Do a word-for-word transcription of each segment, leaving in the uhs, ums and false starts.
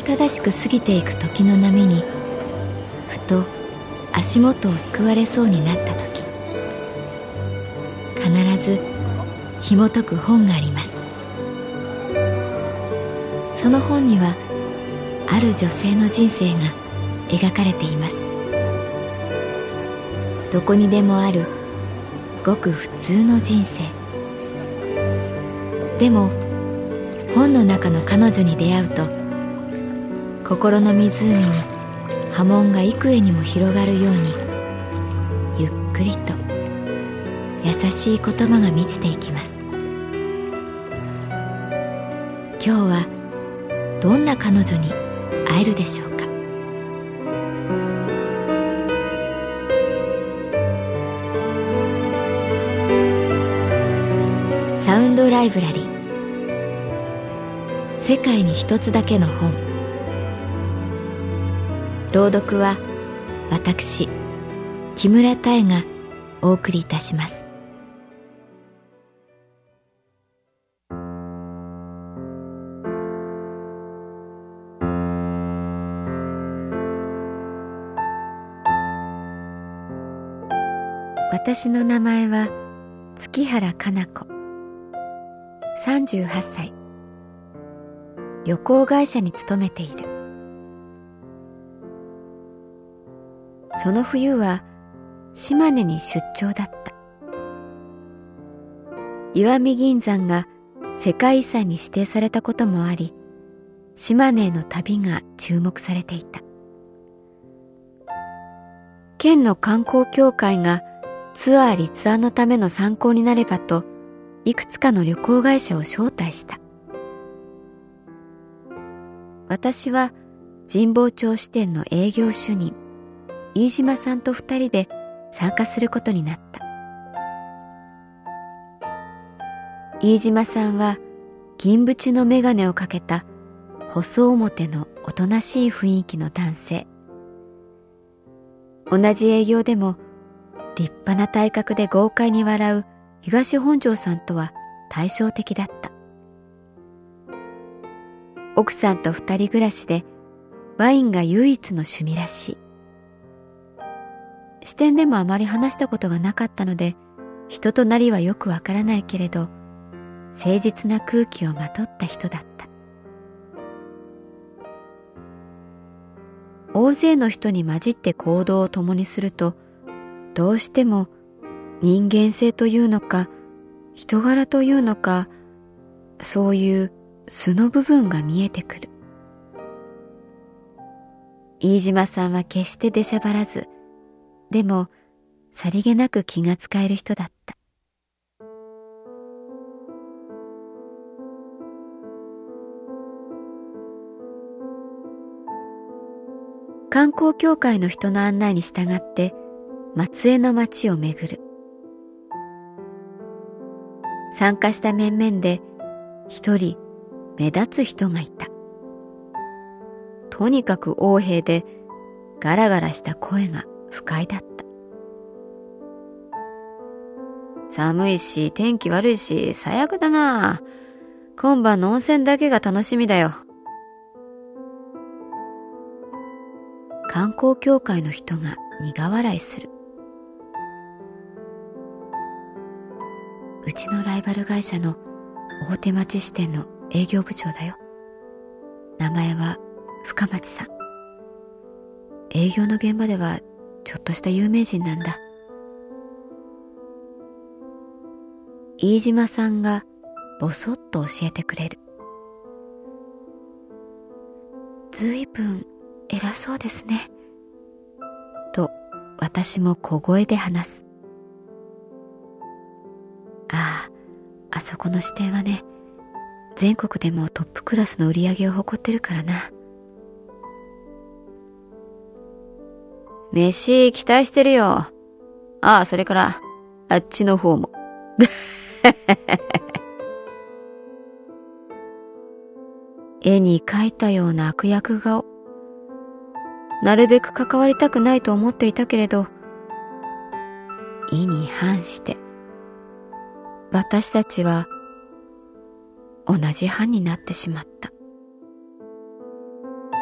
慌ただしく過ぎていく時の波にふと足元をすくわれそうになった時、必ず紐解く本があります。その本にはある女性の人生が描かれています。どこにでもあるごく普通の人生でも、本の中の彼女に出会うと心の湖に波紋が幾重にも広がるように、ゆっくりと優しい言葉が満ちていきます。今日はどんな彼女に会えるでしょうか。サウンドライブラリー、世界に一つだけの本。朗読は私木村多江がお送りいたします。私の名前は月原かな子、さんじゅうはっさい、旅行会社に勤めている。その冬は島根に出張だった。石見銀山が世界遺産に指定されたこともあり、島根への旅が注目されていた。県の観光協会がツアー立案のための参考になればと、いくつかの旅行会社を招待した。私は神保町支店の営業主任飯島さんと二人で参加することになった。飯島さんは銀縁の眼鏡をかけた細表のおとなしい雰囲気の男性。同じ営業でも立派な体格で豪快に笑う東本庄さんとは対照的だった。奥さんと二人暮らしでワインが唯一の趣味らしい。支店でもあまり話したことがなかったので、人となりはよくわからないけれど、誠実な空気をまとった人だった。大勢の人に混じって行動を共にすると、どうしても人間性というのか、人柄というのか、そういう素の部分が見えてくる。飯島さんは決して出しゃばらず、でもさりげなく気が使える人だった。観光協会の人の案内に従って松江の町を巡る。参加した面々で一人目立つ人がいた。とにかく横柄でガラガラした声が不快だった。寒いし天気悪いし最悪だな。今晩の温泉だけが楽しみだよ。観光協会の人が苦笑いする。うちのライバル会社の大手町支店の営業部長だよ。名前は深町さん。営業の現場ではちょっとした有名人なんだ。飯島さんがぼそっと教えてくれる。ずいぶん偉そうですね。と私も小声で話す。ああ、あそこの支店はね、全国でもトップクラスの売り上げを誇ってるからな。飯期待してるよ。ああ、それからあっちの方も。絵に描いたような悪役顔。なるべく関わりたくないと思っていたけれど、意に反して私たちは同じ班になってしまった。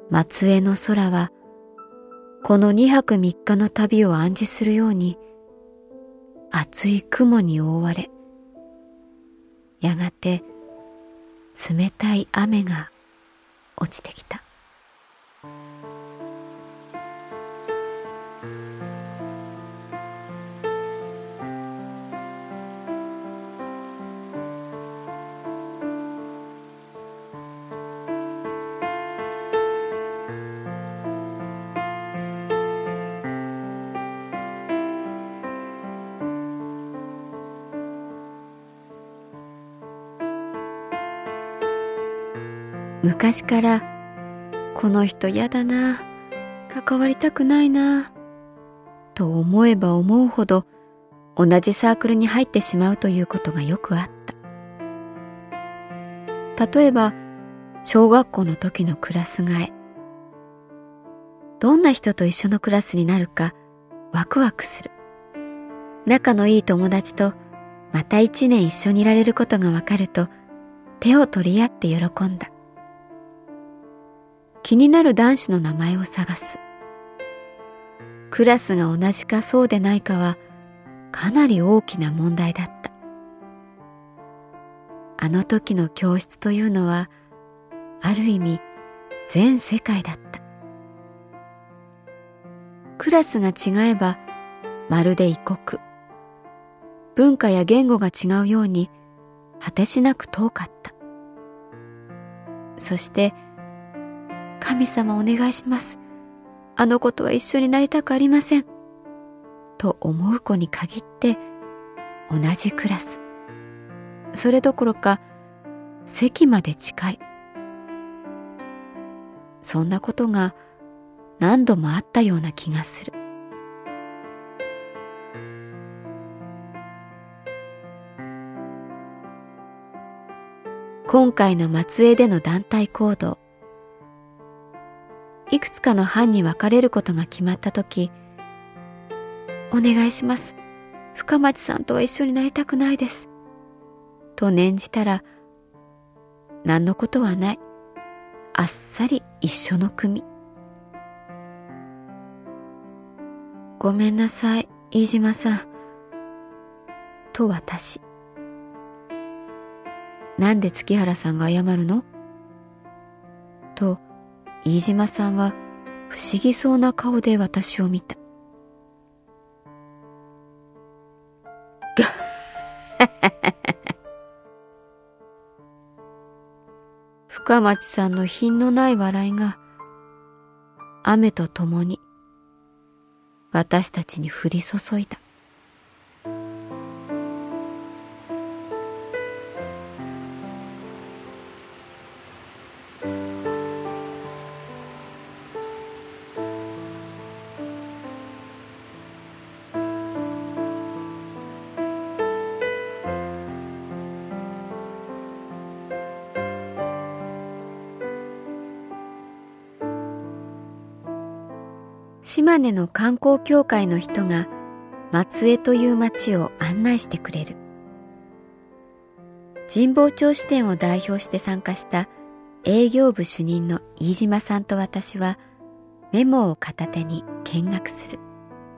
松江の空はこのにはくみっかの旅を暗示するように厚い雲に覆われ、やがて冷たい雨が落ちてきた。昔からこの人やだな、関わりたくないなと思えば思うほど同じサークルに入ってしまうということがよくあった。例えば小学校の時のクラス替え、どんな人と一緒のクラスになるかワクワクする。仲のいい友達とまた一年一緒にいられることがわかると手を取り合って喜んだ。気になる男子の名前を探す。クラスが同じかそうでないかはかなり大きな問題だった。あの時の教室というのはある意味全世界だった。クラスが違えばまるで異国。文化や言語が違うように果てしなく遠かった。そして神様お願いします。あの子とは一緒になりたくありません。と思う子に限って同じクラス。それどころか席まで近い。そんなことが何度もあったような気がする。今回の松江での団体行動、いくつかの班に分かれることが決まったとき、お願いします。深町さんとは一緒になりたくないです。と念じたら、何のことはない。あっさり一緒の組。ごめんなさい、飯島さん。と私。なんで月原さんが謝るの？と、飯島さんは不思議そうな顔で私を見た。深町さんの品のない笑いが雨とともに私たちに降り注いだ。島根の観光協会の人が松江という町を案内してくれる。神保町支店を代表して参加した営業部主任の飯島さんと私はメモを片手に見学する。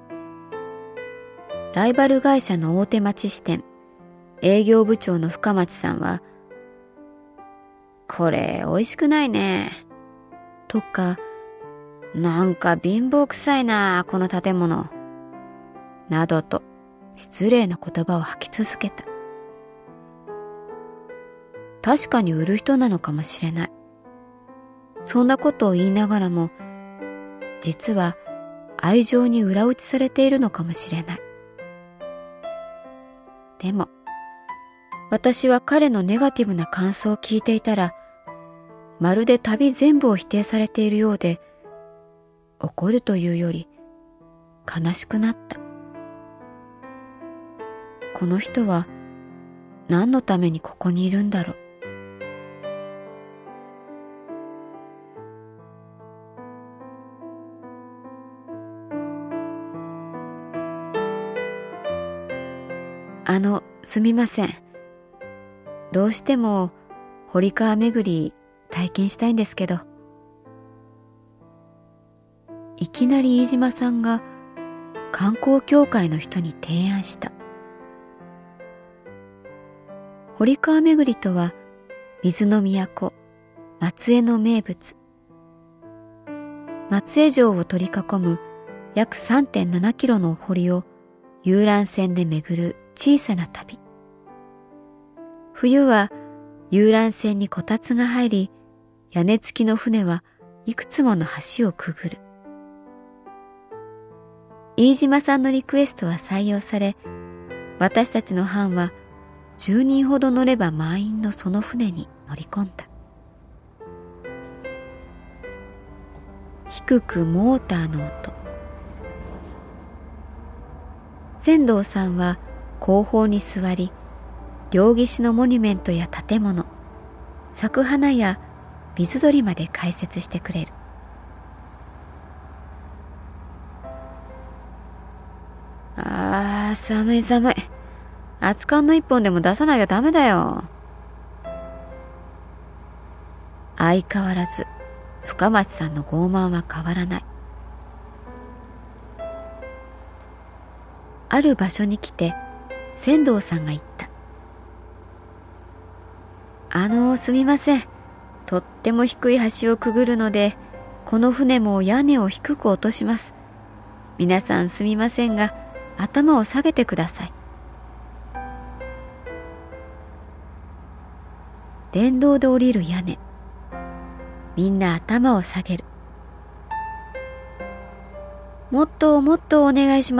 ライバル会社の大手町支店営業部長の深町さんは、これ美味しくないねとか、なんか貧乏くさいなこの建物などと失礼な言葉を吐き続けた。確かに売る人なのかもしれない。そんなことを言いながらも、実は愛情に裏打ちされているのかもしれない。でも私は彼のネガティブな感想を聞いていたら、まるで旅全部を否定されているようで、怒るというより悲しくなった。この人は何のためにここにいるんだろう。あの、すみません。どうしても堀川巡り体験したいんですけど。 いきなり飯島さんが観光協会の人に提案した。堀川巡りとは水の都、松江の名物。松江城を取り囲む約 さんてんななキロのお堀を遊覧船で巡る小さな旅。冬は遊覧船にこたつが入り、屋根付きの船はいくつもの橋をくぐる。飯島さんのリクエストは採用され、私たちの班はじゅうにんほど乗れば満員のその船に乗り込んだ。低くモーターの音。船頭さんは後方に座り、両岸のモニュメントや建物、咲く花や水鳥まで解説してくれる。あー、寒い寒い。熱燗の一本でも出さなきゃダメだよ。相変わらず深町さんの傲慢は変わらない。ある場所に来て船頭さんが言った。あのすみません。とっても低い橋をくぐるので、この船も屋根を低く落とします。皆さんすみませんが、頭を下げてください。電動で降りる屋根。みんな頭を下げる。もっともっとお願いします。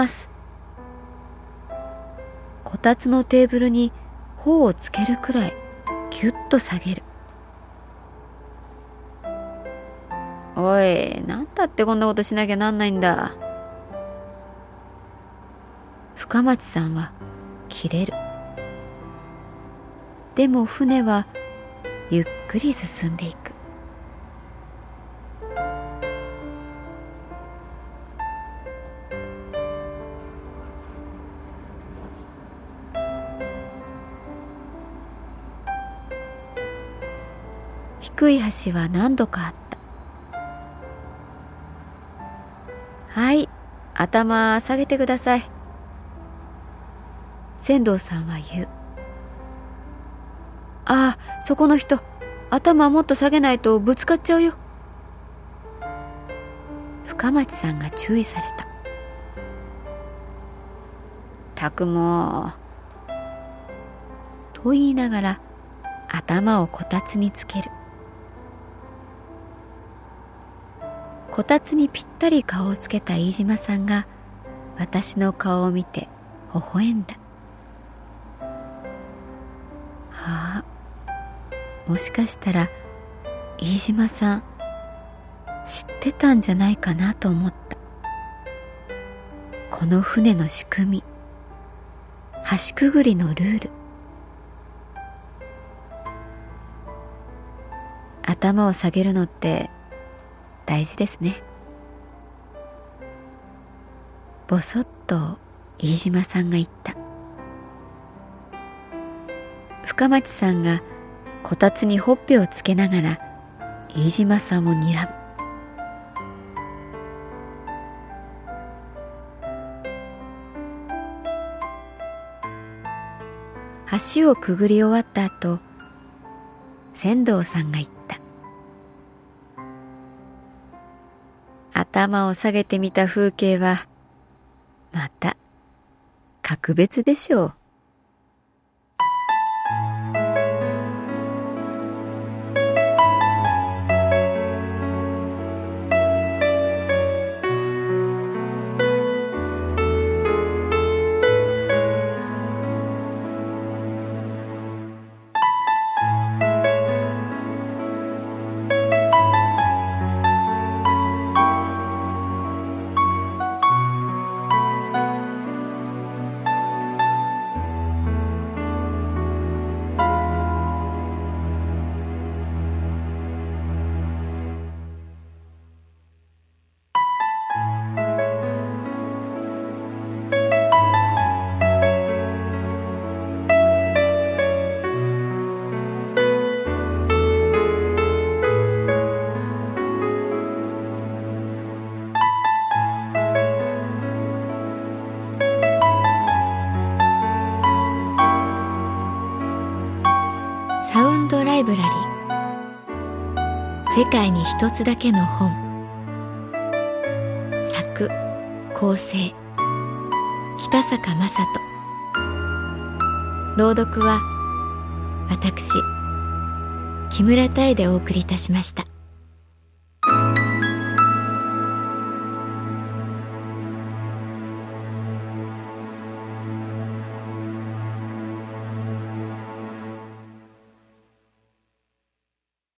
こたつのテーブルに頬をつけるくらいぎゅっと下げる。おい、なんだってこんなことしなきゃなんないんだ。深町さんは切れる。でも船はゆっくり進んでいく。低い橋は何度かあった。はい、頭下げてください。船頭さんは言う。ああ、そこの人、頭もっと下げないとぶつかっちゃうよ。深町さんが注意された。たくもう。と言いながら頭をこたつにつける。こたつにぴったり顔をつけた飯島さんが私の顔を見て微笑んだ。ああ、もしかしたら飯島さん知ってたんじゃないかなと思った。この船の仕組み、橋くぐりのルール。頭を下げるのって大事ですね。ぼそっと飯島さんが言った。深町さんがこたつにほっぺをつけながら飯島さんを睨む。橋をくぐり終わった後、船頭さんが言った。頭を下げてみた風景はまた格別でしょう。 世界に一つだけの本。作構成北坂雅人。朗読は私木村多江でお送りいたしました。